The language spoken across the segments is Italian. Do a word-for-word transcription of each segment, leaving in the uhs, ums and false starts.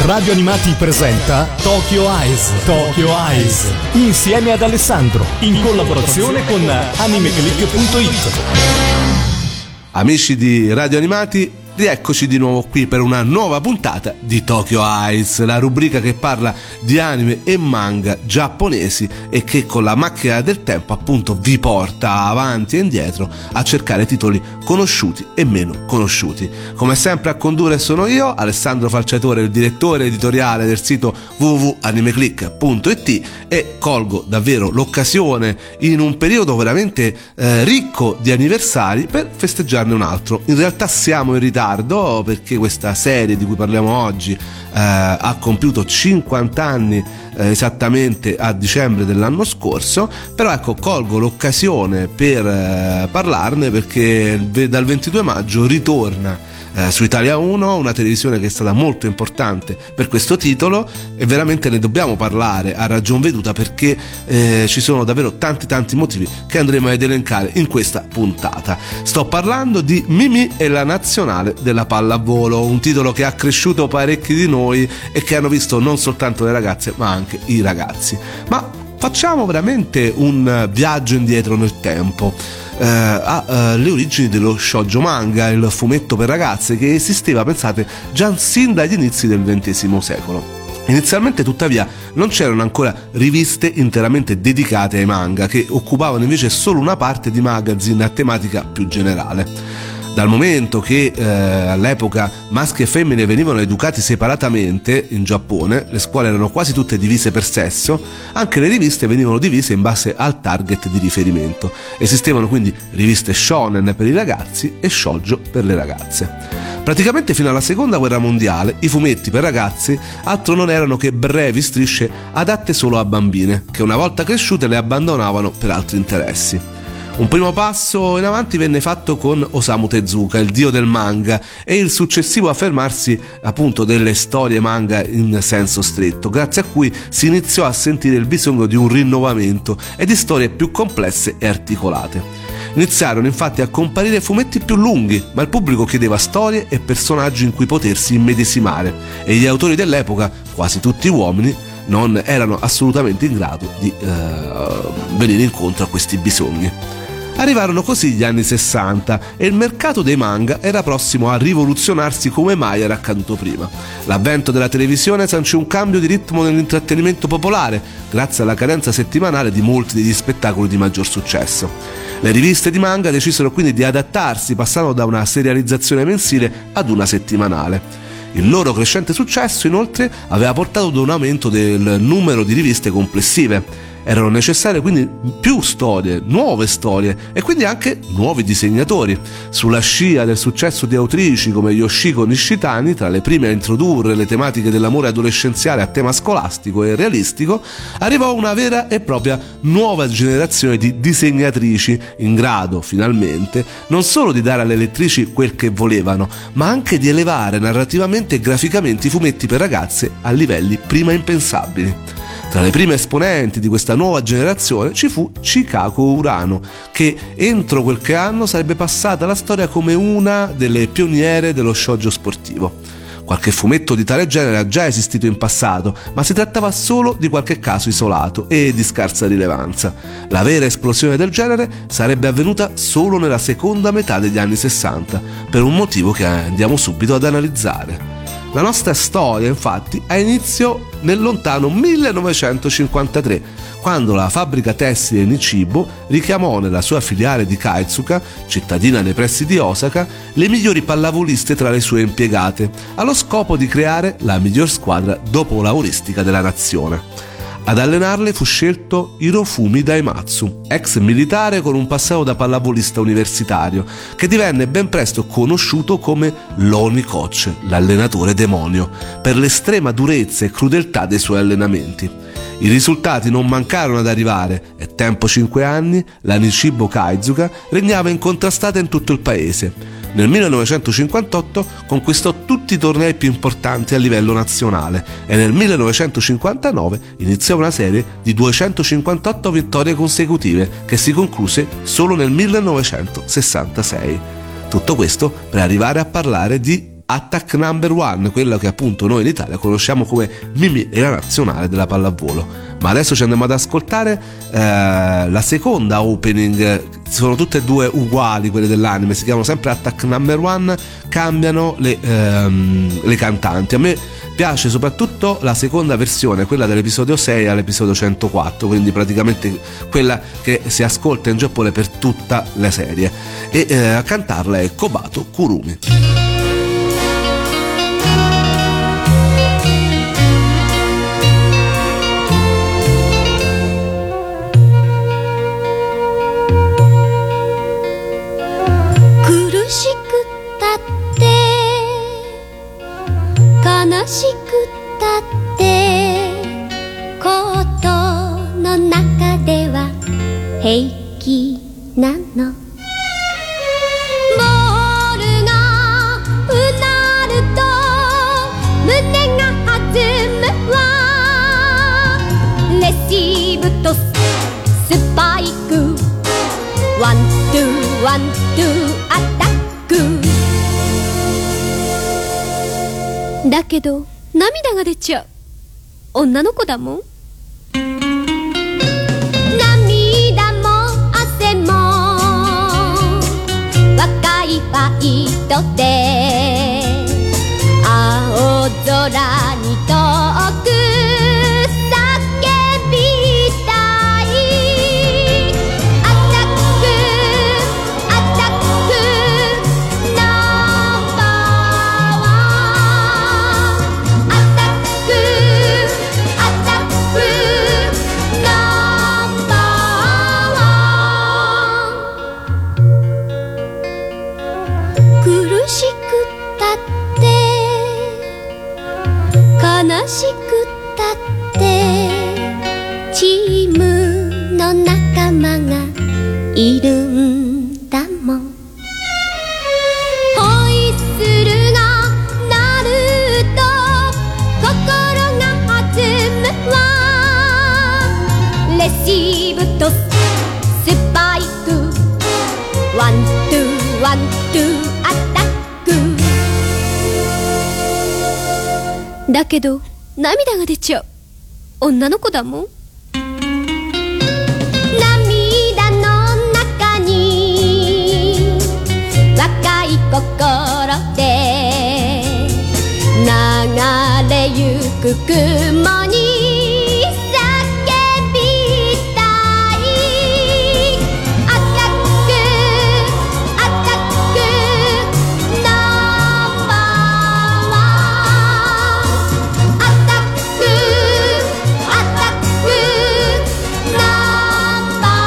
Radio Animati presenta Tokyo Eyes. Tokyo Eyes. Insieme ad Alessandro. In collaborazione con animeclick punto it. Amici di Radio Animati, rieccoci di nuovo qui per una nuova puntata di Tokyo Eyes, la rubrica che parla di anime e manga giapponesi e che con la macchina del tempo appunto vi porta avanti e indietro a cercare titoli conosciuti e meno conosciuti. Come sempre a condurre sono io, Alessandro Falciatore, il direttore editoriale del sito w w w punto animeclick punto it, e colgo davvero l'occasione in un periodo veramente eh, ricco di anniversari per festeggiarne un altro. In realtà siamo in ritardo perché questa serie di cui parliamo oggi eh, ha compiuto cinquanta anni eh, esattamente a dicembre dell'anno scorso, però ecco, colgo l'occasione per eh, parlarne perché dal ventidue maggio ritorna Eh, su Italia uno, una televisione che è stata molto importante per questo titolo, e veramente ne dobbiamo parlare a ragion veduta perché eh, ci sono davvero tanti tanti motivi che andremo ad elencare in questa puntata. Sto parlando di Mimì e la nazionale della pallavolo, un titolo che ha cresciuto parecchi di noi e che hanno visto non soltanto le ragazze ma anche i ragazzi. Ma facciamo veramente un viaggio indietro nel tempo. Uh, ha uh, le origini dello shoujo manga, il fumetto per ragazze che esisteva, pensate, già sin dagli inizi del ventesimo secolo. Inizialmente tuttavia non c'erano ancora riviste interamente dedicate ai manga, che occupavano invece solo una parte di magazine a tematica più generale. Dal momento che eh, all'epoca maschi e femmine venivano educati separatamente in Giappone, le scuole erano quasi tutte divise per sesso, anche le riviste venivano divise in base al target di riferimento. Esistevano quindi riviste shonen per i ragazzi e shoujo per le ragazze. Praticamente fino alla seconda guerra mondiale i fumetti per ragazzi altro non erano che brevi strisce adatte solo a bambine, che una volta cresciute le abbandonavano per altri interessi. Un primo passo in avanti venne fatto con Osamu Tezuka, il dio del manga, e il successivo affermarsi appunto delle storie manga in senso stretto, grazie a cui si iniziò a sentire il bisogno di un rinnovamento e di storie più complesse e articolate. Iniziarono infatti a comparire fumetti più lunghi, ma il pubblico chiedeva storie e personaggi in cui potersi immedesimare, e gli autori dell'epoca, quasi tutti uomini, non erano assolutamente in grado di uh, venire incontro a questi bisogni. Arrivarono così gli anni sessanta e il mercato dei manga era prossimo a rivoluzionarsi come mai era accaduto prima. L'avvento della televisione sancì un cambio di ritmo nell'intrattenimento popolare, grazie alla cadenza settimanale di molti degli spettacoli di maggior successo. Le riviste di manga decisero quindi di adattarsi, passando da una serializzazione mensile ad una settimanale. Il loro crescente successo, inoltre, aveva portato ad un aumento del numero di riviste complessive. Erano necessarie quindi più storie, nuove storie e quindi anche nuovi disegnatori. Sulla scia del successo di autrici come Yoshiko Nishitani, tra le prime a introdurre le tematiche dell'amore adolescenziale a tema scolastico e realistico, arrivò una vera e propria nuova generazione di disegnatrici in grado, finalmente, non solo di dare alle lettrici quel che volevano, ma anche di elevare narrativamente e graficamente i fumetti per ragazze a livelli prima impensabili. Tra le prime esponenti di questa nuova generazione ci fu Chikako Urano, che entro qualche anno sarebbe passata alla storia come una delle pioniere dello shoujo sportivo. Qualche fumetto di tale genere ha già esistito in passato, ma si trattava solo di qualche caso isolato e di scarsa rilevanza. La vera esplosione del genere sarebbe avvenuta solo nella seconda metà degli anni sessanta, per un motivo che andiamo subito ad analizzare. La nostra storia, infatti, ha inizio nel lontano millenovecentocinquantatré, quando la fabbrica tessile Nichibo richiamò nella sua filiale di Kaitsuka, cittadina nei pressi di Osaka, le migliori pallavoliste tra le sue impiegate, allo scopo di creare la miglior squadra dopo-lavoristica della nazione. Ad allenarle fu scelto Hirofumi Daimatsu, ex militare con un passato da pallavolista universitario, che divenne ben presto conosciuto come l'Oni Coach, l'allenatore demonio, per l'estrema durezza e crudeltà dei suoi allenamenti. I risultati non mancarono ad arrivare e, tempo cinque anni, la Nichibo Kaizuka regnava incontrastata in tutto il paese. Nel millenovecentocinquantotto conquistò tutti i tornei più importanti a livello nazionale e nel millenovecentocinquantanove iniziò una serie di duecentocinquantotto vittorie consecutive che si concluse solo nel millenovecentosessantasei. Tutto questo per arrivare a parlare di Attack Number One, quella che appunto noi in Italia conosciamo come Mimì e la nazionale della pallavolo. Ma adesso ci andiamo ad ascoltare eh, la seconda opening. Sono tutte e due uguali quelle dell'anime, si chiamano sempre Attack Number One, cambiano le, ehm, le cantanti. A me piace soprattutto la seconda versione, quella dell'episodio sei all'episodio centoquattro, quindi praticamente quella che si ascolta in Giappone per tutta la serie, e eh, a cantarla è Kobato Kurumi. 悲しくたってことの中では平気なの。ボールがうなると胸が弾むわ。レシーブとスパイクワンツーワンツーアタックだけど涙が出ちゃう。女の子だもん。涙も汗も若いファイトで青空に遠く叫びたい。アタックアタックナンバーワン。アタックアタックナンバーワン。苦しくたって悲しくたってチームの仲間がいるんだもん。ホイッスルが鳴ると心が弾むわ。レシーブとスパイクワンツーワンツーアタックだけど涙が出ちゃう。女の子だもん。涙の中に若い心で流れゆく雲に叫びたい。アタックアタックナンバーワン。アタックアタックナンバーワ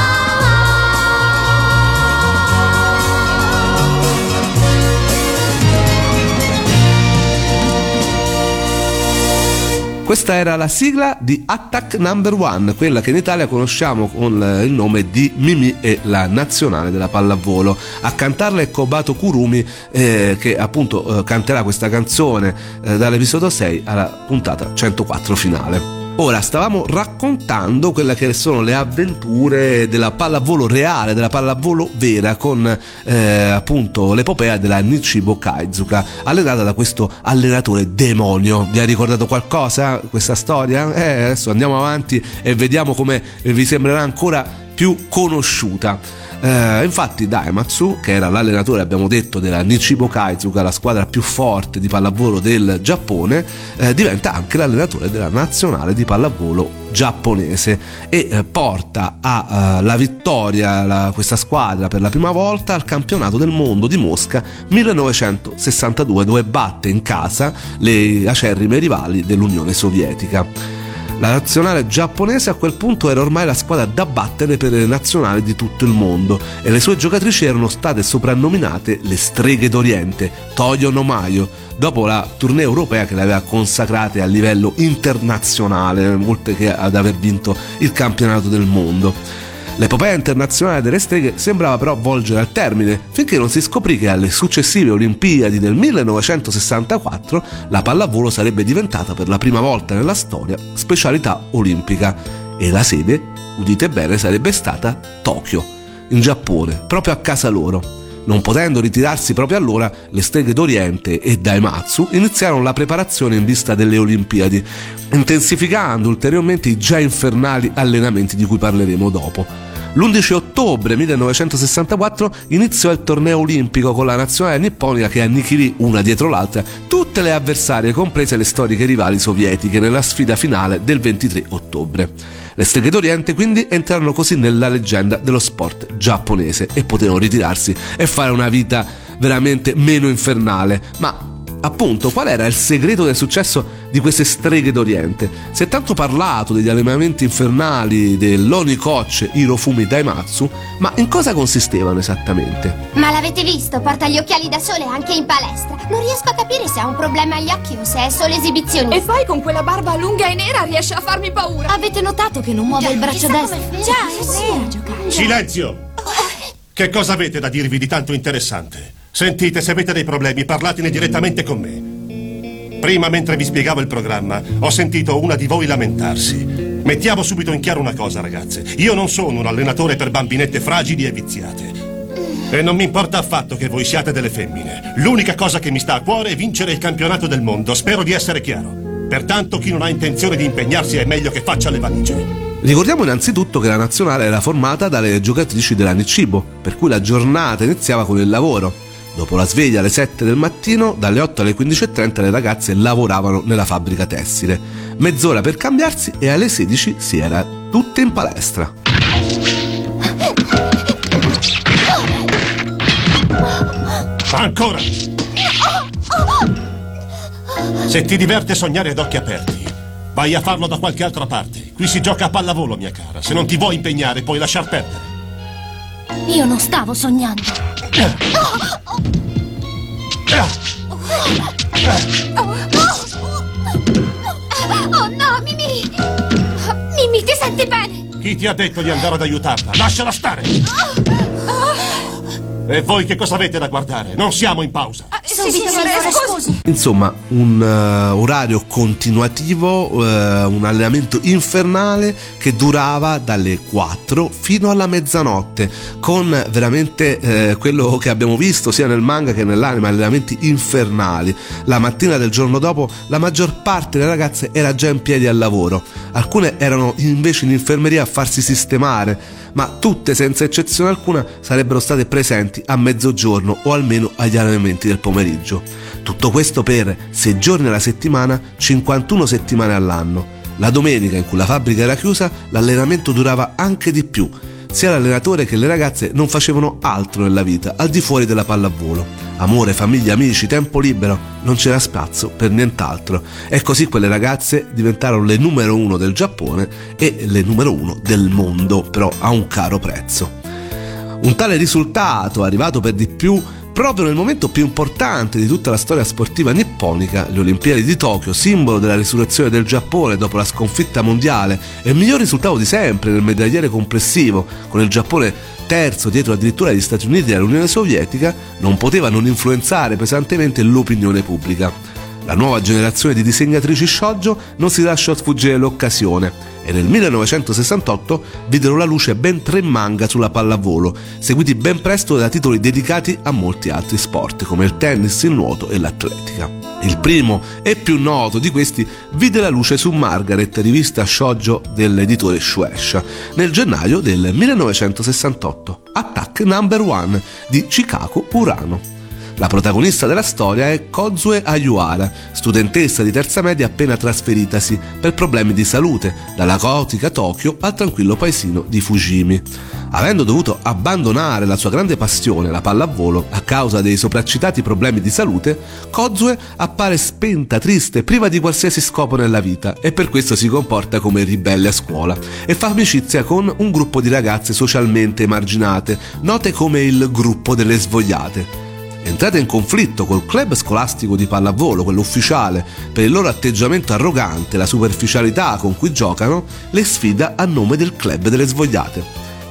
ン。 Questa era la sigla di Attack Number One, quella che in Italia conosciamo con il nome di Mimì e la nazionale della pallavolo. A cantarla è Kobato Kurumi, eh, che appunto eh, canterà questa canzone eh, dall'episodio sei alla puntata centoquattro finale. Ora, stavamo raccontando quelle che sono le avventure della pallavolo reale, della pallavolo vera, con eh, appunto l'epopea della Nichibo Kaizuka, allenata da questo allenatore demonio. Vi ha ricordato qualcosa questa storia? Eh, adesso andiamo avanti e vediamo come vi sembrerà ancora più conosciuta. Eh, infatti Daimatsu, che era l'allenatore, abbiamo detto, della Nichibo Kaizuka, la squadra più forte di pallavolo del Giappone, eh, diventa anche l'allenatore della nazionale di pallavolo giapponese e eh, porta alla uh, vittoria la, questa squadra per la prima volta al campionato del mondo di Mosca millenovecentosessantadue, dove batte in casa le acerrime rivali dell'Unione Sovietica. La nazionale giapponese a quel punto era ormai la squadra da battere per le nazionali di tutto il mondo e le sue giocatrici erano state soprannominate le streghe d'Oriente, Toyo no Mayo, dopo la tournée europea che le aveva consacrate a livello internazionale, oltre che ad aver vinto il campionato del mondo. L'epopea internazionale delle streghe sembrava però volgere al termine, finché non si scoprì che alle successive Olimpiadi del millenovecentosessantaquattro la pallavolo sarebbe diventata per la prima volta nella storia specialità olimpica e la sede, udite bene, sarebbe stata Tokyo, in Giappone, proprio a casa loro. Non potendo ritirarsi proprio allora, le Streghe d'Oriente e Daimatsu iniziarono la preparazione in vista delle Olimpiadi, intensificando ulteriormente i già infernali allenamenti di cui parleremo dopo. L'undici ottobre millenovecentosessantaquattro iniziò il torneo olimpico con la nazionale nipponica che annichilì una dietro l'altra tutte le avversarie, comprese le storiche rivali sovietiche, nella sfida finale del ventitré ottobre. Le Streghe d'Oriente quindi entrarono così nella leggenda dello sport giapponese e potevano ritirarsi e fare una vita veramente meno infernale. Ma appunto, qual era il segreto del successo di queste Streghe d'Oriente? Si è tanto parlato degli allenamenti infernali dell'Onikoche Hirofumi Daimatsu, ma in cosa consistevano esattamente? Ma l'avete visto? Porta gli occhiali da sole anche in palestra. Non riesco a capire se ha un problema agli occhi o se è solo esibizionista. E poi con quella barba lunga e nera riesce a farmi paura. Avete notato che non muove il braccio destro? Già, sì, a giocare. Silenzio! Che cosa avete da dirvi di tanto interessante? Sentite, se avete dei problemi, parlatene direttamente con me. Prima, mentre vi spiegavo il programma, ho sentito una di voi lamentarsi. Mettiamo subito in chiaro una cosa, ragazze. Io non sono un allenatore per bambinette fragili e viziate. E non mi importa affatto che voi siate delle femmine. L'unica cosa che mi sta a cuore è vincere il campionato del mondo. Spero di essere chiaro. Pertanto, chi non ha intenzione di impegnarsi è meglio che faccia le valigie. Ricordiamo innanzitutto che la nazionale era formata dalle giocatrici della Nichibo, per cui la giornata iniziava con il lavoro. Dopo la sveglia alle sette del mattino, dalle otto alle quindici e trenta le ragazze lavoravano nella fabbrica tessile. Mezz'ora per cambiarsi e alle sedici si era tutte in palestra. Ancora! Se ti diverte sognare ad occhi aperti, vai a farlo da qualche altra parte. Qui si gioca a pallavolo, mia cara. Se non ti vuoi impegnare, puoi lasciar perdere. Io non stavo sognando. Oh no, Mimì! Mimì, ti senti bene? Chi ti ha detto di andare ad aiutarla? Lasciala stare! E voi che cosa avete da guardare? Non siamo in pausa. Sì, sì, sì, scusi. Insomma, un uh, orario continuativo, uh, un allenamento infernale che durava dalle quattro fino alla mezzanotte, con veramente uh, quello che abbiamo visto sia nel manga che nell'anime, allenamenti infernali. La mattina del giorno dopo la maggior parte delle ragazze era già in piedi al lavoro, alcune erano invece in infermeria a farsi sistemare, ma tutte senza eccezione alcuna sarebbero state presenti a mezzogiorno o almeno agli allenamenti del pomeriggio. Tutto questo per sei giorni alla settimana, cinquantuno settimane all'anno. La domenica, in cui la fabbrica era chiusa, l'allenamento durava anche di più. Sia l'allenatore che le ragazze non facevano altro nella vita al di fuori della pallavolo. Amore, famiglia, amici, tempo libero, non c'era spazio per nient'altro. E così quelle ragazze diventarono le numero uno del Giappone e le numero uno del mondo, però a un caro prezzo. Un tale risultato, arrivato per di più proprio nel momento più importante di tutta la storia sportiva nipponica, le Olimpiadi di Tokyo, simbolo della risurrezione del Giappone dopo la sconfitta mondiale e il miglior risultato di sempre nel medagliere complessivo, con il Giappone terzo dietro addirittura agli Stati Uniti e all'Unione Sovietica, non poteva non influenzare pesantemente l'opinione pubblica. La nuova generazione di disegnatrici shoujo non si lasciò sfuggire l'occasione e nel millenovecentosessantotto videro la luce ben tre manga sulla pallavolo, seguiti ben presto da titoli dedicati a molti altri sport come il tennis, il nuoto e l'atletica. Il primo e più noto di questi vide la luce su Margaret, rivista shoujo dell'editore Shueisha, nel gennaio del millenovecentosessantotto, Attack Number One di Chikaku Urano. La protagonista della storia è Kozue Ayuara, studentessa di terza media appena trasferitasi per problemi di salute dalla caotica Tokyo al tranquillo paesino di Fujimi. Avendo dovuto abbandonare la sua grande passione, la pallavolo, a causa dei sopraccitati problemi di salute, Kozue appare spenta, triste, priva di qualsiasi scopo nella vita e per questo si comporta come ribelle a scuola e fa amicizia con un gruppo di ragazze socialmente emarginate, note come il gruppo delle svogliate. Entrata in conflitto col club scolastico di pallavolo, quello ufficiale, per il loro atteggiamento arrogante e la superficialità con cui giocano, le sfida a nome del club delle svogliate.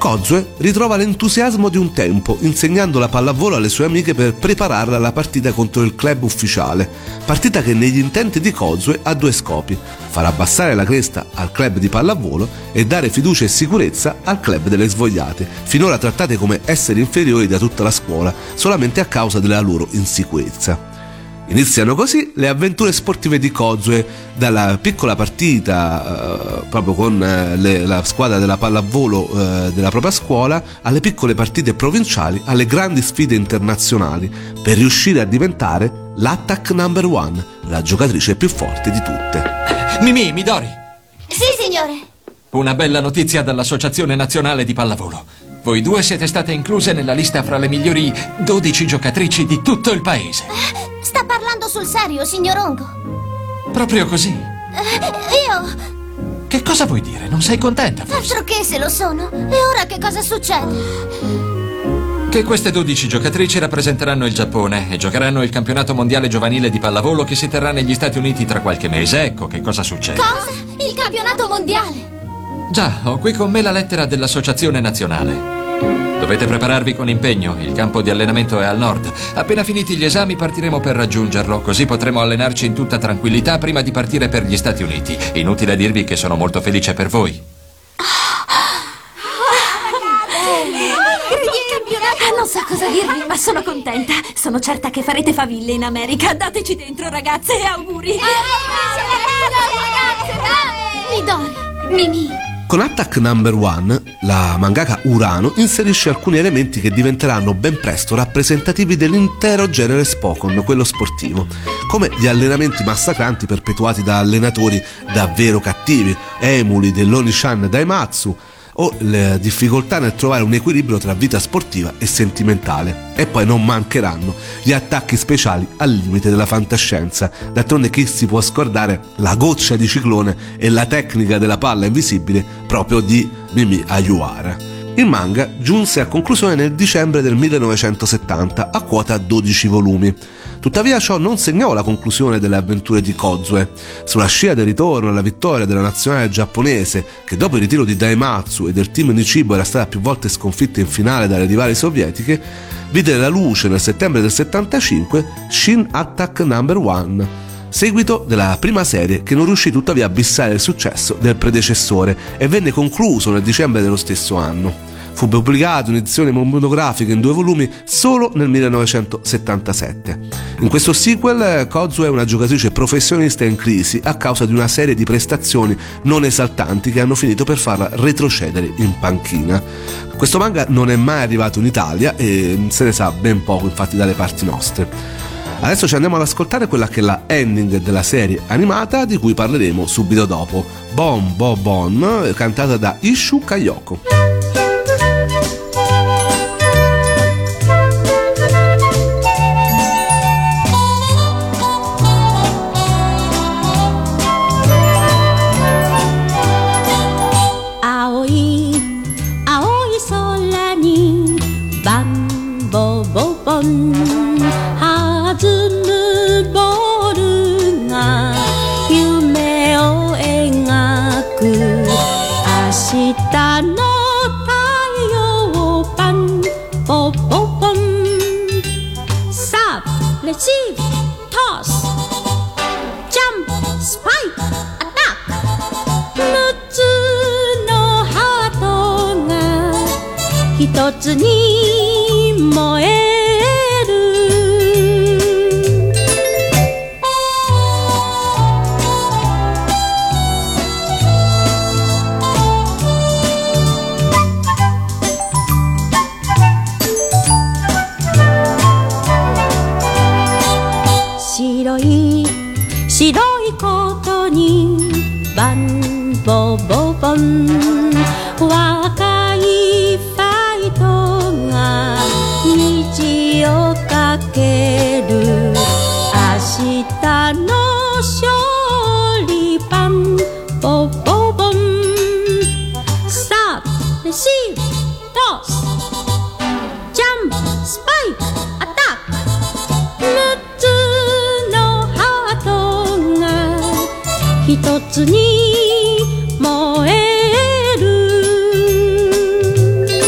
Kozue ritrova l'entusiasmo di un tempo, insegnando la pallavolo alle sue amiche per prepararla alla partita contro il club ufficiale, partita che negli intenti di Kozue ha due scopi: far abbassare la cresta al club di pallavolo e dare fiducia e sicurezza al club delle svogliate, finora trattate come esseri inferiori da tutta la scuola, solamente a causa della loro insicurezza. Iniziano così le avventure sportive di Kozue, dalla piccola partita eh, proprio con eh, le, la squadra della pallavolo eh, della propria scuola, alle piccole partite provinciali, alle grandi sfide internazionali, per riuscire a diventare l'Attack Number One, la giocatrice più forte di tutte. Mimì, Midori! Sì, signore. Una bella notizia dall'Associazione Nazionale di Pallavolo. Voi due siete state incluse nella lista fra le migliori dodici giocatrici di tutto il paese. Sta parlando sul serio, signor Ongo? Proprio così? Eh, io... Che cosa vuoi dire? Non sei contenta, forse? Altro che se lo sono. E ora che cosa succede? Che queste dodici giocatrici rappresenteranno il Giappone e giocheranno il campionato mondiale giovanile di pallavolo che si terrà negli Stati Uniti tra qualche mese. Ecco che cosa succede. Cosa? Il campionato mondiale? Già, ho qui con me la lettera dell'Associazione Nazionale. Dovete prepararvi con impegno, il campo di allenamento è al nord. Appena finiti gli esami partiremo per raggiungerlo, così potremo allenarci in tutta tranquillità prima di partire per gli Stati Uniti. Inutile dirvi che sono molto felice per voi. Non so cosa dirvi, ma sono contenta. Sono certa che farete faville in America. Dateci dentro, ragazze, e auguri. Midori, Mimi. Con Attack Number One, la mangaka Urano inserisce alcuni elementi che diventeranno ben presto rappresentativi dell'intero genere Spokon, quello sportivo, come gli allenamenti massacranti perpetuati da allenatori davvero cattivi, emuli dell'Onishan Daimatsu, o le difficoltà nel trovare un equilibrio tra vita sportiva e sentimentale. E poi non mancheranno gli attacchi speciali al limite della fantascienza. D'altronde chi si può scordare la goccia di ciclone e la tecnica della palla invisibile proprio di Mimi Ayuara. Il manga giunse a conclusione nel dicembre del millenovecentosettanta a quota dodici volumi. Tuttavia ciò non segnò la conclusione delle avventure di Kozue. Sulla scia del ritorno alla vittoria della nazionale giapponese, che dopo il ritiro di Daimatsu e del team Nichibo era stata più volte sconfitta in finale dalle rivali sovietiche, vide la luce nel settembre del settantacinque Shin Attack Number One, seguito della prima serie che non riuscì tuttavia a bissare il successo del predecessore e venne concluso nel dicembre dello stesso anno. Fu pubblicato in edizione monografica in due volumi solo nel millenovecentosettantasette. In questo sequel Kozue è una giocatrice professionista in crisi a causa di una serie di prestazioni non esaltanti che hanno finito per farla retrocedere in panchina. Questo manga non è mai arrivato in Italia e se ne sa ben poco infatti dalle parti nostre. Adesso ci andiamo ad ascoltare quella che è la ending della serie animata di cui parleremo subito dopo, Bon Bon Bon, cantata da Isshu Kayoko. Receive, toss, jump, spike, attack. 六つのハートが一つに燃え白いことにバンボボボン若いファイトが虹をかける明日の勝利パンボボボンサーブレシーブトスジャンプスパイクアタックむつ一つに燃える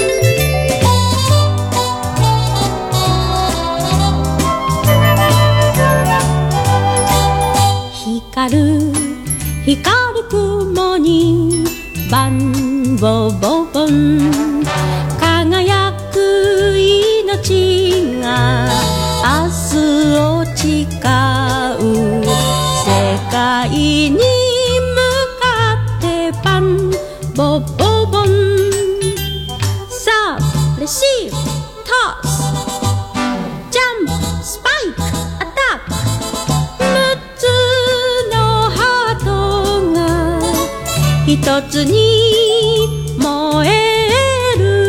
つ光る雲にバンボボボン輝く命が明日を誓う世界に向かってバンボボボンサーブレシーブトスジャンプスパイクアタックむっつのハートが一つに燃える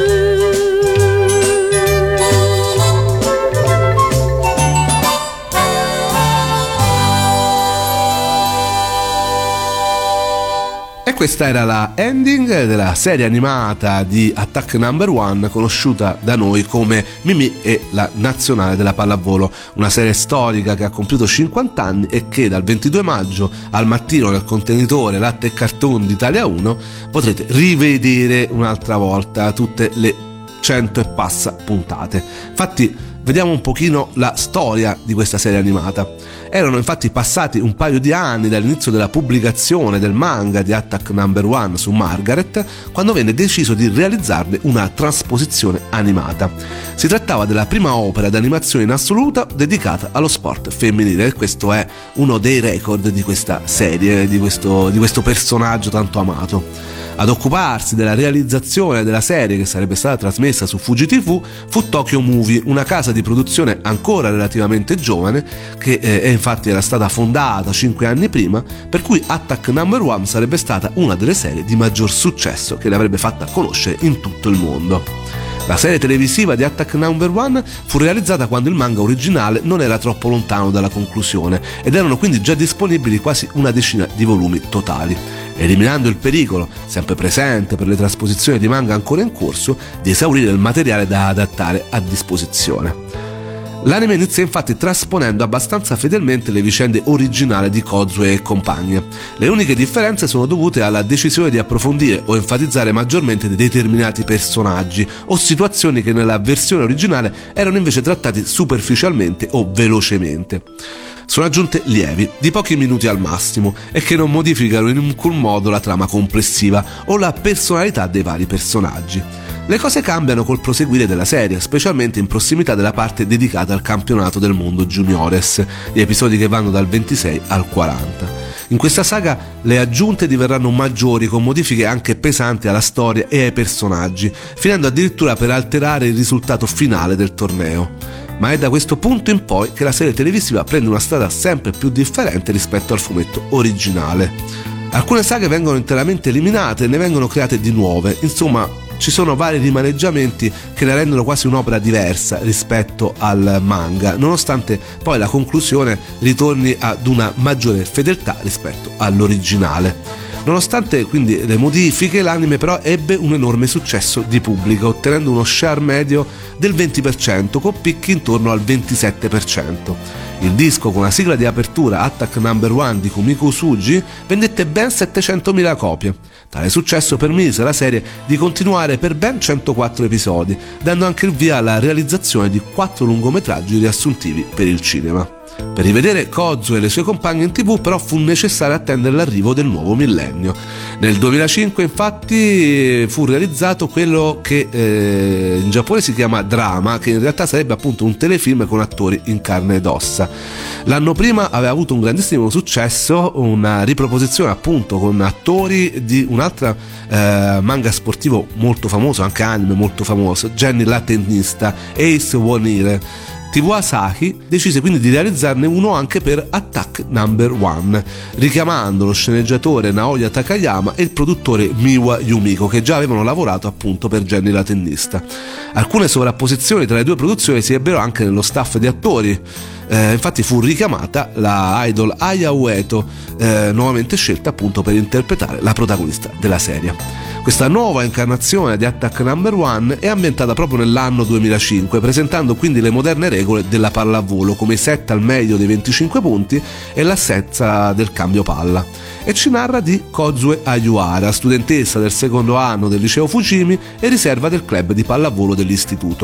E questa era la ending della serie animata di Attack Number One, conosciuta da noi come Mimì e la nazionale della pallavolo, una serie storica che ha compiuto cinquanta anni e che dal ventidue maggio al mattino nel contenitore Latte e Cartoon di Italia uno potrete rivedere un'altra volta tutte le cento e passa puntate. Infatti vediamo un pochino la storia di questa serie animata. Erano infatti passati un paio di anni dall'inizio della pubblicazione del manga di Attack Number One su Margaret, quando venne deciso di realizzarne una trasposizione animata. Si trattava della prima opera d'animazione in assoluto dedicata allo sport femminile, e questo è uno dei record di questa serie, di questo, di questo personaggio tanto amato. Ad occuparsi della realizzazione della serie, che sarebbe stata trasmessa su Fuji T V, fu Tokyo Movie, una casa di produzione ancora relativamente giovane, che eh, infatti era stata fondata cinque anni prima, per cui Attack Number One sarebbe stata una delle serie di maggior successo che l'avrebbe fatta conoscere in tutto il mondo. La serie televisiva di Attack Number One fu realizzata quando il manga originale non era troppo lontano dalla conclusione ed erano quindi già disponibili quasi una decina di volumi totali, eliminando il pericolo, sempre presente per le trasposizioni di manga ancora in corso, di esaurire il materiale da adattare a disposizione. L'anime inizia infatti trasponendo abbastanza fedelmente le vicende originali di Kozue e compagnia. Le uniche differenze sono dovute alla decisione di approfondire o enfatizzare maggiormente determinati personaggi o situazioni che nella versione originale erano invece trattati superficialmente o velocemente. Sono aggiunte lievi, di pochi minuti al massimo, e che non modificano in alcun modo la trama complessiva o la personalità dei vari personaggi. Le cose cambiano col proseguire della serie, specialmente in prossimità della parte dedicata al campionato del mondo juniores, gli episodi che vanno dal ventisei al quaranta. In questa saga le aggiunte diverranno maggiori, con modifiche anche pesanti alla storia e ai personaggi, finendo addirittura per alterare il risultato finale del torneo. Ma è da questo punto in poi che la serie televisiva prende una strada sempre più differente rispetto al fumetto originale. Alcune saghe vengono interamente eliminate e ne vengono create di nuove, insomma ci sono vari rimaneggiamenti che ne rendono quasi un'opera diversa rispetto al manga, nonostante poi la conclusione ritorni ad una maggiore fedeltà rispetto all'originale. Nonostante quindi le modifiche, l'anime però ebbe un enorme successo di pubblico, ottenendo uno share medio del venti per cento con picchi intorno al ventisette per cento. Il disco con la sigla di apertura Attack Number One di Kumiko Usugi vendette ben settecentomila copie. Tale successo permise alla serie di continuare per ben centoquattro episodi, dando anche il via alla realizzazione di quattro lungometraggi riassuntivi per il cinema. Per rivedere Kozue e le sue compagne in tv però fu necessario attendere l'arrivo del nuovo millennio. Nel duemilacinque infatti fu realizzato quello che eh, in Giappone si chiama Drama, che in realtà sarebbe appunto un telefilm con attori in carne ed ossa. L'anno prima aveva avuto un grandissimo successo, una riproposizione appunto con attori di un'altra eh, manga sportivo molto famoso, anche anime molto famoso, Jenny la tennista, Ace Wanire. T V Asahi decise quindi di realizzarne uno anche per Attack Number One, richiamando lo sceneggiatore Naoya Takayama e il produttore Miwa Yumiko, che già avevano lavorato appunto per Jenny la tennista. Alcune sovrapposizioni tra le due produzioni si ebbero anche nello staff di attori. Eh, infatti fu richiamata la idol Aya Ueto, eh, nuovamente scelta appunto per interpretare la protagonista della serie. Questa nuova incarnazione di Attack Number One è ambientata proprio nell'anno duemilacinque, presentando quindi le moderne regole della pallavolo, come i set al medio dei venticinque punti e l'assenza del cambio palla. E ci narra di Kozue Ayuara, studentessa del secondo anno del liceo Fujimi e riserva del club di pallavolo dell'istituto.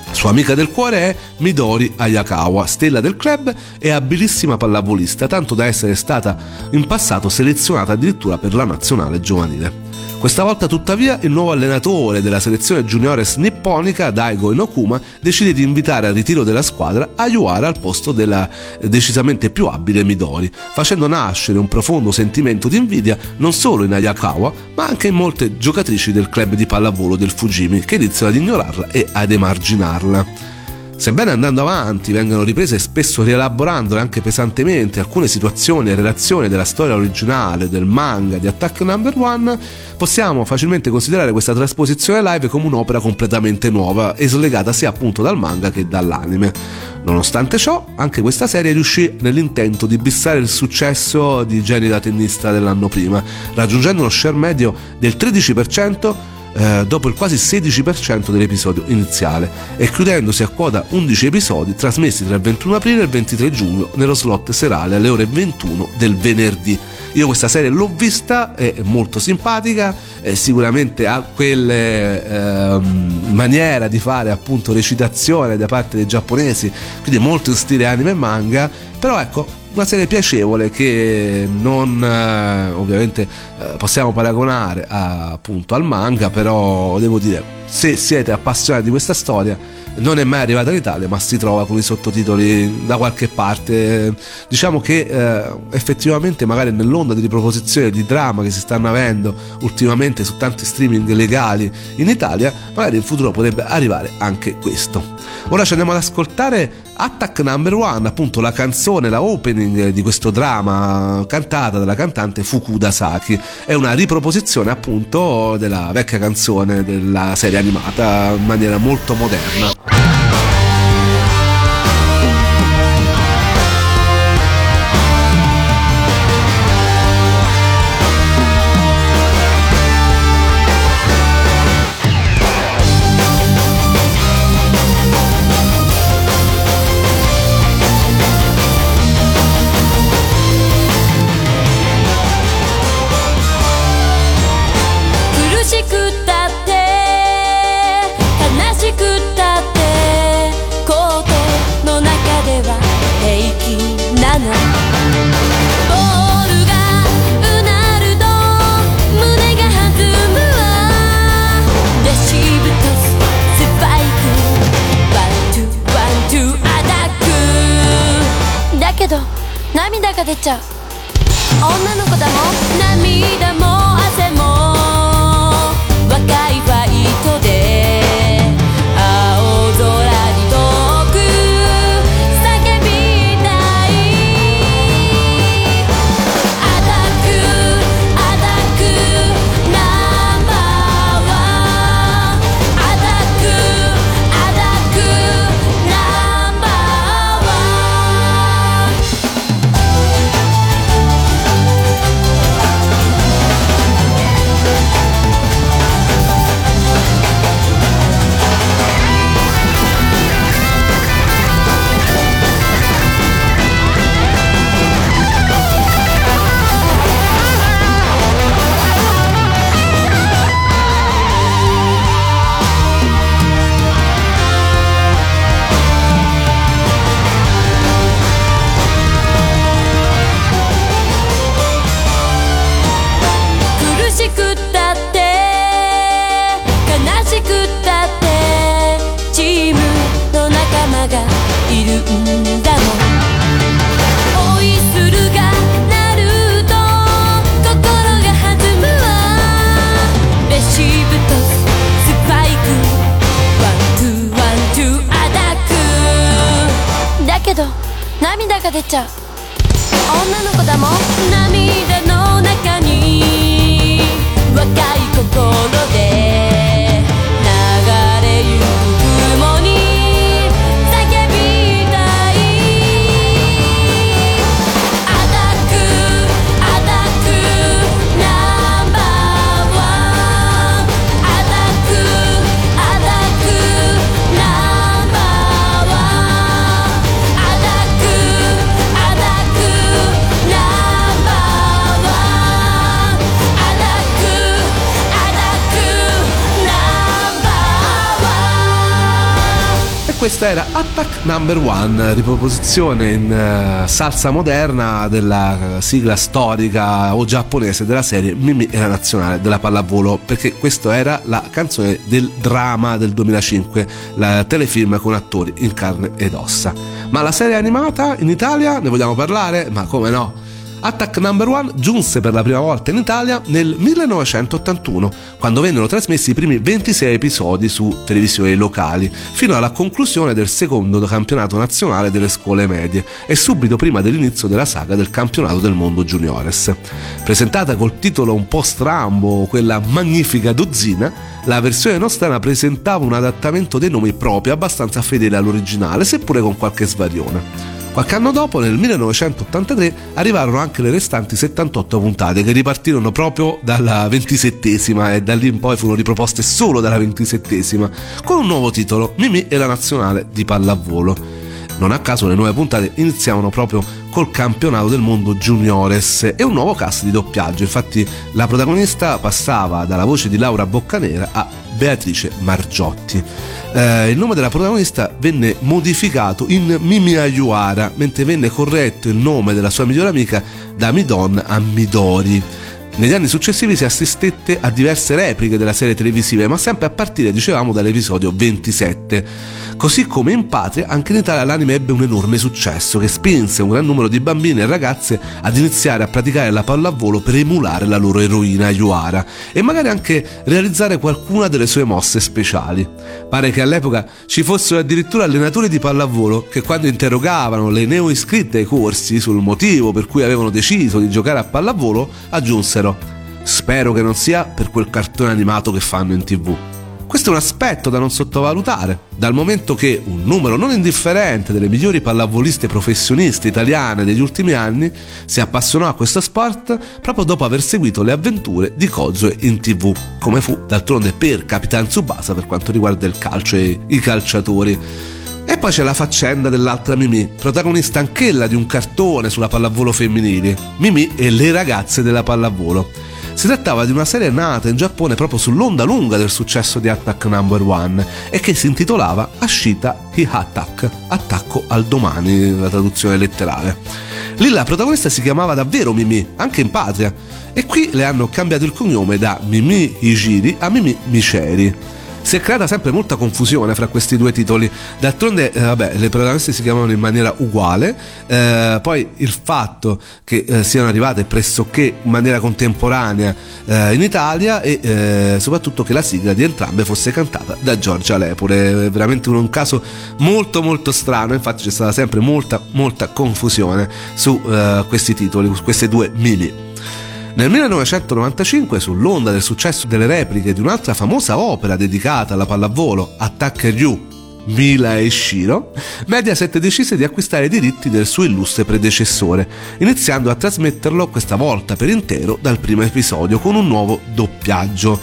Sua amica del cuore è Midori Hayakawa, stella del club e abilissima pallavolista, tanto da essere stata in passato selezionata addirittura per la nazionale giovanile. Questa volta tuttavia il nuovo allenatore della selezione juniores nipponica, Daigo Inokuma, decide di invitare al ritiro della squadra Ayuara al posto della decisamente più abile Midori, facendo nascere un profondo sentimento di invidia non solo in Hayakawa ma anche in molte giocatrici del club di pallavolo del Fujimi, che iniziano ad ignorarla e ad emarginarla. Sebbene andando avanti vengano riprese spesso rielaborandole anche pesantemente alcune situazioni e relazioni della storia originale del manga di Attack Number One, possiamo facilmente considerare questa trasposizione live come un'opera completamente nuova e slegata sia appunto dal manga che dall'anime. Nonostante ciò, anche questa serie riuscì nell'intento di bissare il successo di Jenny da tennista dell'anno prima, raggiungendo uno share medio del tredici per cento Eh, dopo il quasi sedici per cento dell'episodio iniziale e chiudendosi a quota undici episodi trasmessi tra il ventuno aprile e il ventitré giugno nello slot serale alle ore ventuno del venerdì. Io questa serie l'ho vista, è molto simpatica, eh, sicuramente ha quelle eh, maniera di fare appunto recitazione da parte dei giapponesi, quindi molto in stile anime e manga, però ecco, una serie piacevole che non eh, ovviamente eh, possiamo paragonare a, appunto al manga, però devo dire, se siete appassionati di questa storia, non è mai arrivata in Italia ma si trova con i sottotitoli da qualche parte. Diciamo che eh, effettivamente magari nell'onda di riproposizione di drama che si stanno avendo ultimamente su tanti streaming legali in Italia, magari in futuro potrebbe arrivare anche questo. Ora ci andiamo ad ascoltare Attack Number One, appunto la canzone, la opening di questo drama cantata dalla cantante Fukuda Saki. È una riproposizione appunto della vecchia canzone della serie animata in maniera molto moderna. 涙が出ちゃう女の子だもん涙も汗も若いファイトで青空に遠く叫びたいアタックアタックナンバーワンアタックアタックナンバーワン苦しくったって悲しくったってチームの仲間がいるんだもんホイッスルが鳴ると心が弾むわレシーブとスパイクワンツーワンツーアタックだけど涙が出ちゃう女の子だもん涙の中に若い心で流れゆく雲に叫びたいアタックアタックナンバーワンアタックアタックナンバーワンアタックアタックナンバーワン questa era Attack Number One, riproposizione in uh, salsa moderna della uh, sigla storica o giapponese della serie Mimì e la nazionale della pallavolo, perché questa era la canzone del Drama del duemilacinque, la telefilm con attori in carne ed ossa. Ma la serie animata in Italia ne vogliamo parlare? Ma come no? Attack Number One giunse per la prima volta in Italia nel millenovecentottantuno, quando vennero trasmessi i primi ventisei episodi su televisioni locali, fino alla conclusione del secondo campionato nazionale delle scuole medie e subito prima dell'inizio della saga del campionato del mondo juniores. Presentata col titolo un po' strambo, quella magnifica dozzina, la versione nostrana presentava un adattamento dei nomi propri abbastanza fedele all'originale, seppure con qualche svarione. Qualche anno dopo, nel millenovecentottantatré, arrivarono anche le restanti settantotto puntate, che ripartirono proprio dalla ventisettesima e da lì in poi furono riproposte solo dalla ventisettesima, con un nuovo titolo, Mimì e la nazionale di pallavolo. Non a caso le nuove puntate iniziavano proprio col campionato del mondo juniores e un nuovo cast di doppiaggio. Infatti la protagonista passava dalla voce di Laura Boccanera a Beatrice Margiotti. Eh, il nome della protagonista venne modificato in Mimi Ayuara, mentre venne corretto il nome della sua migliore amica da Midon a Midori. Negli anni successivi si assistette a diverse repliche della serie televisiva, ma sempre a partire, dicevamo, dall'episodio ventisette. Così come in patria, anche in Italia l'anime ebbe un enorme successo che spinse un gran numero di bambine e ragazze ad iniziare a praticare la pallavolo per emulare la loro eroina Ayuara e magari anche realizzare qualcuna delle sue mosse speciali. Pare che all'epoca ci fossero addirittura allenatori di pallavolo che, quando interrogavano le neoiscritte ai corsi sul motivo per cui avevano deciso di giocare a pallavolo, aggiunsero: spero che non sia per quel cartone animato che fanno in tv. Questo è un aspetto da non sottovalutare, dal momento che un numero non indifferente delle migliori pallavoliste professioniste italiane degli ultimi anni si appassionò a questo sport proprio dopo aver seguito le avventure di Kozue in tv, come fu d'altronde per Capitan Tsubasa per quanto riguarda il calcio e i calciatori. E poi c'è la faccenda dell'altra Mimì, protagonista anch'ella di un cartone sulla pallavolo femminile, Mimì e le ragazze della pallavolo. Si trattava di una serie nata in Giappone proprio sull'onda lunga del successo di Attack Number One e che si intitolava Ashita Hi Attack, attacco al domani, la traduzione letterale. Lì la protagonista si chiamava davvero Mimì, anche in patria, e qui le hanno cambiato il cognome da Mimì Hijiri a Mimì Miceri. Si è creata sempre molta confusione fra questi due titoli. D'altronde, eh, vabbè, le protagoniste si chiamano in maniera uguale. Eh, poi il fatto che eh, siano arrivate pressoché in maniera contemporanea eh, in Italia e eh, soprattutto che la sigla di entrambe fosse cantata da Giorgia Lepore. È veramente un, un caso molto molto strano. Infatti c'è stata sempre molta molta confusione su eh, questi titoli, su queste due Mimì. Nel millenovecentonovantacinque, sull'onda del successo delle repliche di un'altra famosa opera dedicata alla pallavolo, Attack Ryu, Mila e Shiro, Mediaset decise di acquistare i diritti del suo illustre predecessore, iniziando a trasmetterlo questa volta per intero dal primo episodio con un nuovo doppiaggio.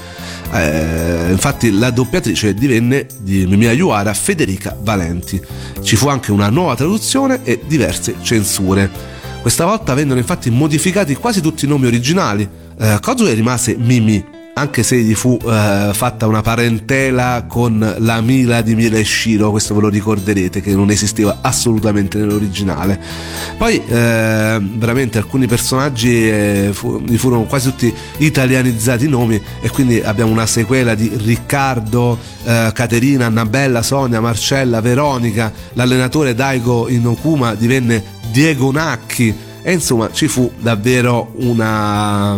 Eh, infatti la doppiatrice divenne di Mimì Ayuara Federica Valenti. Ci fu anche una nuova traduzione e diverse censure. Questa volta vennero infatti modificati quasi tutti i nomi originali. Eh, Kozue rimase Mimì, anche se gli fu eh, fatta una parentela con la Mila di Mila e Shiro, questo ve lo ricorderete che non esisteva assolutamente nell'originale. Poi eh, veramente alcuni personaggi eh, fu, gli furono quasi tutti italianizzati i nomi e quindi abbiamo una sequela di Riccardo, eh, Caterina, Annabella, Sonia, Marcella, Veronica, l'allenatore Daigo Inokuma divenne Diego Nacchi e insomma ci fu davvero una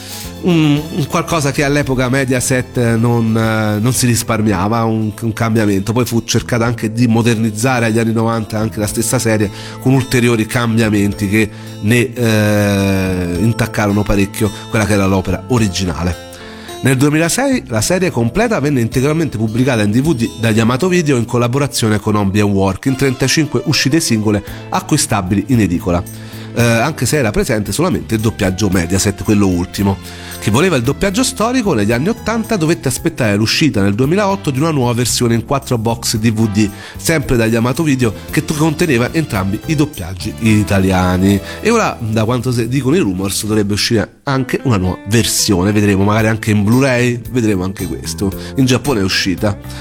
un, un qualcosa che all'epoca Mediaset non, non si risparmiava, un, un cambiamento. Poi fu cercato anche di modernizzare agli anni novanta anche la stessa serie con ulteriori cambiamenti che ne eh, intaccarono parecchio quella che era l'opera originale. Nel duemilasei la serie completa venne integralmente pubblicata in D V D da Yamato Video in collaborazione con Ombi and Work in trentacinque uscite singole acquistabili in edicola, eh, anche se era presente solamente il doppiaggio Mediaset, quello ultimo. Chi voleva il doppiaggio storico negli anni ottanta dovette aspettare l'uscita nel duemilaotto di una nuova versione in quattro box D V D, sempre da Yamato Video, che conteneva entrambi i doppiaggi italiani. E ora, da quanto dicono i rumors, dovrebbe uscire anche una nuova versione, vedremo magari anche in Blu-ray, vedremo anche questo. In Giappone è uscita.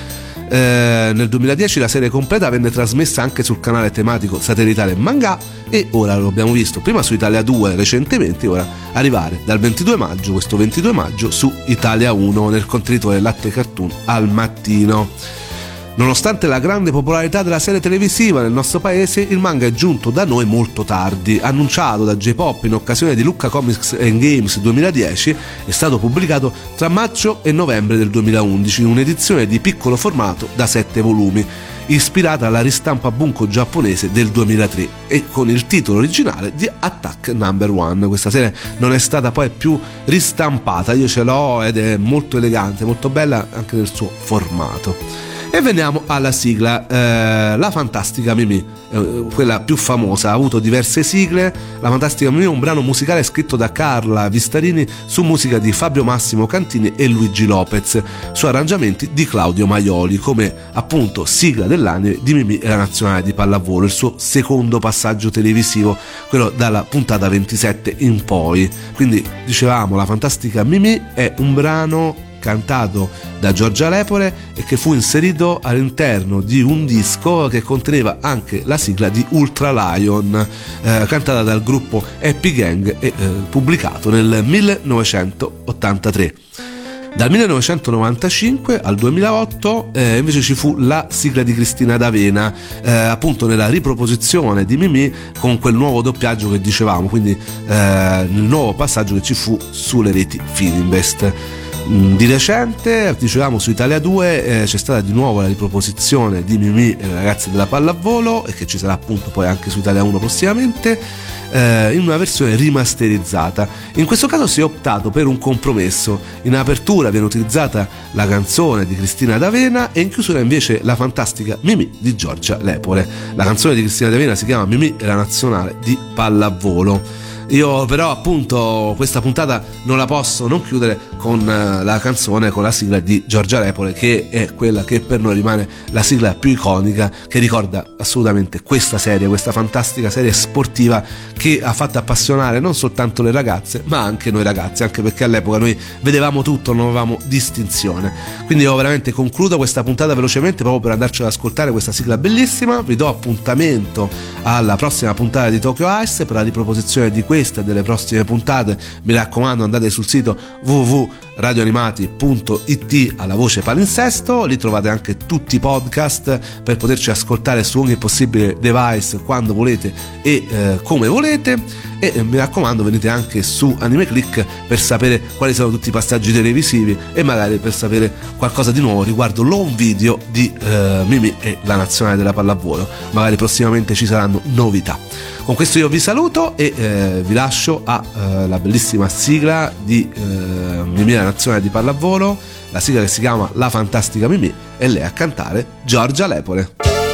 Eh, nel duemiladieci la serie completa venne trasmessa anche sul canale tematico satellitare Manga e ora lo abbiamo visto prima su Italia due recentemente, ora arrivare dal ventidue maggio, questo ventidue maggio, su Italia uno nel contenitore Latte Cartoon al mattino. Nonostante la grande popolarità della serie televisiva nel nostro paese, il manga è giunto da noi molto tardi. Annunciato da J-Pop in occasione di Lucca Comics and Games duemiladieci, è stato pubblicato tra maggio e novembre del duemilaundici in un'edizione di piccolo formato da sette volumi, ispirata alla ristampa bunko giapponese del duemilatré e con il titolo originale di Attack Number One. Questa serie non è stata poi più ristampata, io ce l'ho ed è molto elegante, molto bella anche nel suo formato. E veniamo alla sigla, eh, La Fantastica Mimì, eh, quella più famosa, ha avuto diverse sigle. La Fantastica Mimì è un brano musicale scritto da Carla Vistarini su musica di Fabio Massimo Cantini e Luigi Lopez, su arrangiamenti di Claudio Maioli, come appunto sigla dell'anime di Mimì e la nazionale di pallavolo, il suo secondo passaggio televisivo, quello dalla puntata ventisette in poi. Quindi dicevamo, La Fantastica Mimì è un brano cantato da Giorgia Lepore e che fu inserito all'interno di un disco che conteneva anche la sigla di Ultra Lion, eh, cantata dal gruppo Happy Gang e eh, pubblicato nel millenovecentottantatré. Dal millenovecentonovantacinque al duemilaotto eh, invece ci fu la sigla di Cristina D'Avena, eh, appunto nella riproposizione di Mimì con quel nuovo doppiaggio che dicevamo, quindi eh, nel nuovo passaggio che ci fu sulle reti Fininvest. Di recente, dicevamo, su Italia due eh, c'è stata di nuovo la riproposizione di Mimì e le ragazze della pallavolo, e che ci sarà appunto poi anche su Italia uno prossimamente, eh, in una versione rimasterizzata. In questo caso si è optato per un compromesso: in apertura viene utilizzata la canzone di Cristina D'Avena e in chiusura invece La Fantastica Mimì di Giorgia Lepore. La canzone di Cristina D'Avena si chiama Mimì e la nazionale di pallavolo. Io però appunto questa puntata non la posso non chiudere con la canzone, con la sigla di Giorgia Lepore, che è quella che per noi rimane la sigla più iconica, che ricorda assolutamente questa serie, questa fantastica serie sportiva che ha fatto appassionare non soltanto le ragazze ma anche noi ragazzi, anche perché all'epoca noi vedevamo tutto, non avevamo distinzione. Quindi io veramente concludo questa puntata velocemente proprio per andarci ad ascoltare questa sigla bellissima. Vi do appuntamento alla prossima puntata di Tokyo Ice per la riproposizione di questa e delle prossime puntate. Mi raccomando, andate sul sito w w w punto radioanimati punto i t alla voce palinsesto, lì trovate anche tutti i podcast per poterci ascoltare su ogni possibile device quando volete e eh, come volete. E eh, mi raccomando, venite anche su Anime Click per sapere quali sono tutti i passaggi televisivi e magari per sapere qualcosa di nuovo riguardo l'home video di eh, Mimì e la nazionale della pallavolo. Magari prossimamente ci saranno novità. Con questo io vi saluto e eh, vi lascio alla eh, bellissima sigla di eh, Mimì e la nazionale di pallavolo, la sigla che si chiama La Fantastica Mimì, e lei a cantare Giorgia Lepore.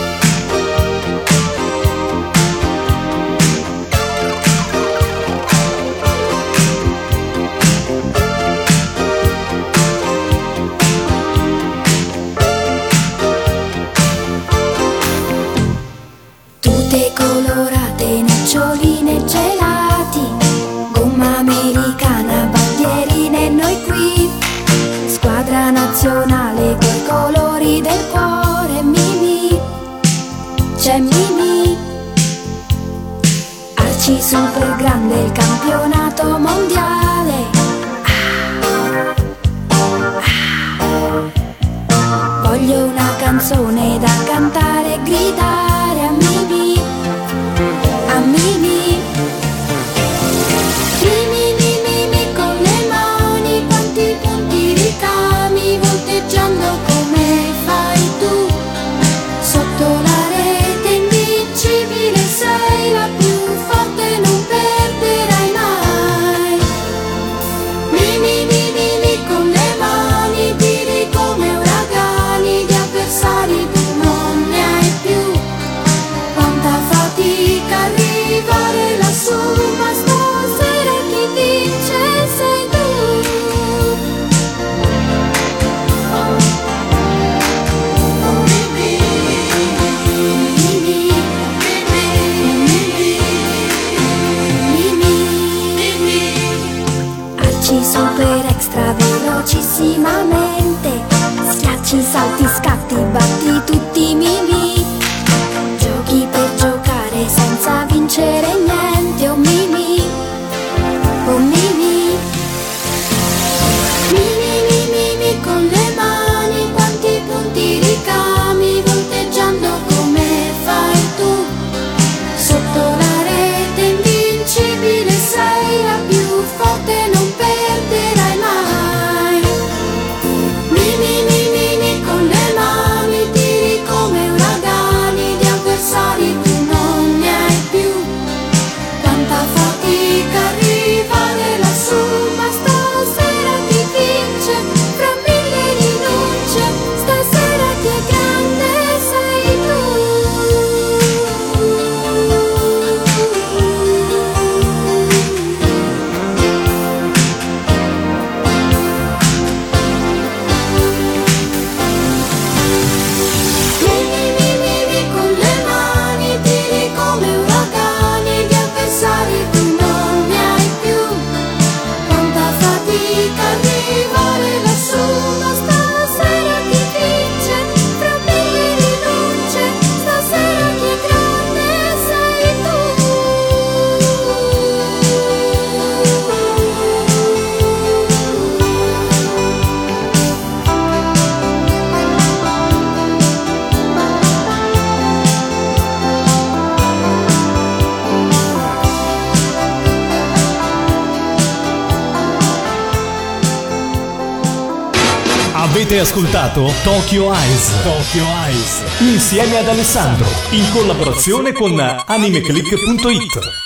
Tutte colorate, noccioline, gelati, gomma americana, bandierine, noi qui, squadra nazionale coi colori del cuore. Mimì, c'è Mimì, Arci super grande, il campionato mondiale. Voglio una canzone da cantare e gridare a Mimì, a Mimì. Mimì, Mimì, Mimì, con le mani quanti punti ricami, volteggiando come fai tu. Sotto la rete invincibile sei la più forte, non perderai mai. Mimì, Mimì, Mimì, con le mani tiri come uragani, di avversari tu non ne hai più. Quanta fatica arrivare lassù, ma stasera chi vince sei tu. Mimì, Mimì, Mimì, Mimì. Arci super extra velocissimamente, schiatti baci, salti, scatti, batti tutti i mimi. Giochi per giocare senza vincere niente, oh mimi, oh mimi. Mimi, mimi, mimi con le mani, quanti punti ricami, volteggiando come fai tu. Sotto la rete invincibile sei la più forte, non perderai mai. Mimi, mimi, mimi con le mani, tiri come uragani, di avversari tu non ne hai più. Quanta fatica arrivare lassù, ma stasera ti vince, fra mille rinunce, stasera chi è grande sei tu. Mimi, mimi, mimi con le mani, tiri come uragani, di avversari tu non ne hai più. Quanta fatica arrivare lassù, ma stasera ti vince, fra mille rinunce, stasera chi è grande sei tu. Avete ascoltato Tokyo Eyes. Tokyo Eyes insieme ad Alessandro in collaborazione con animeclick punto it.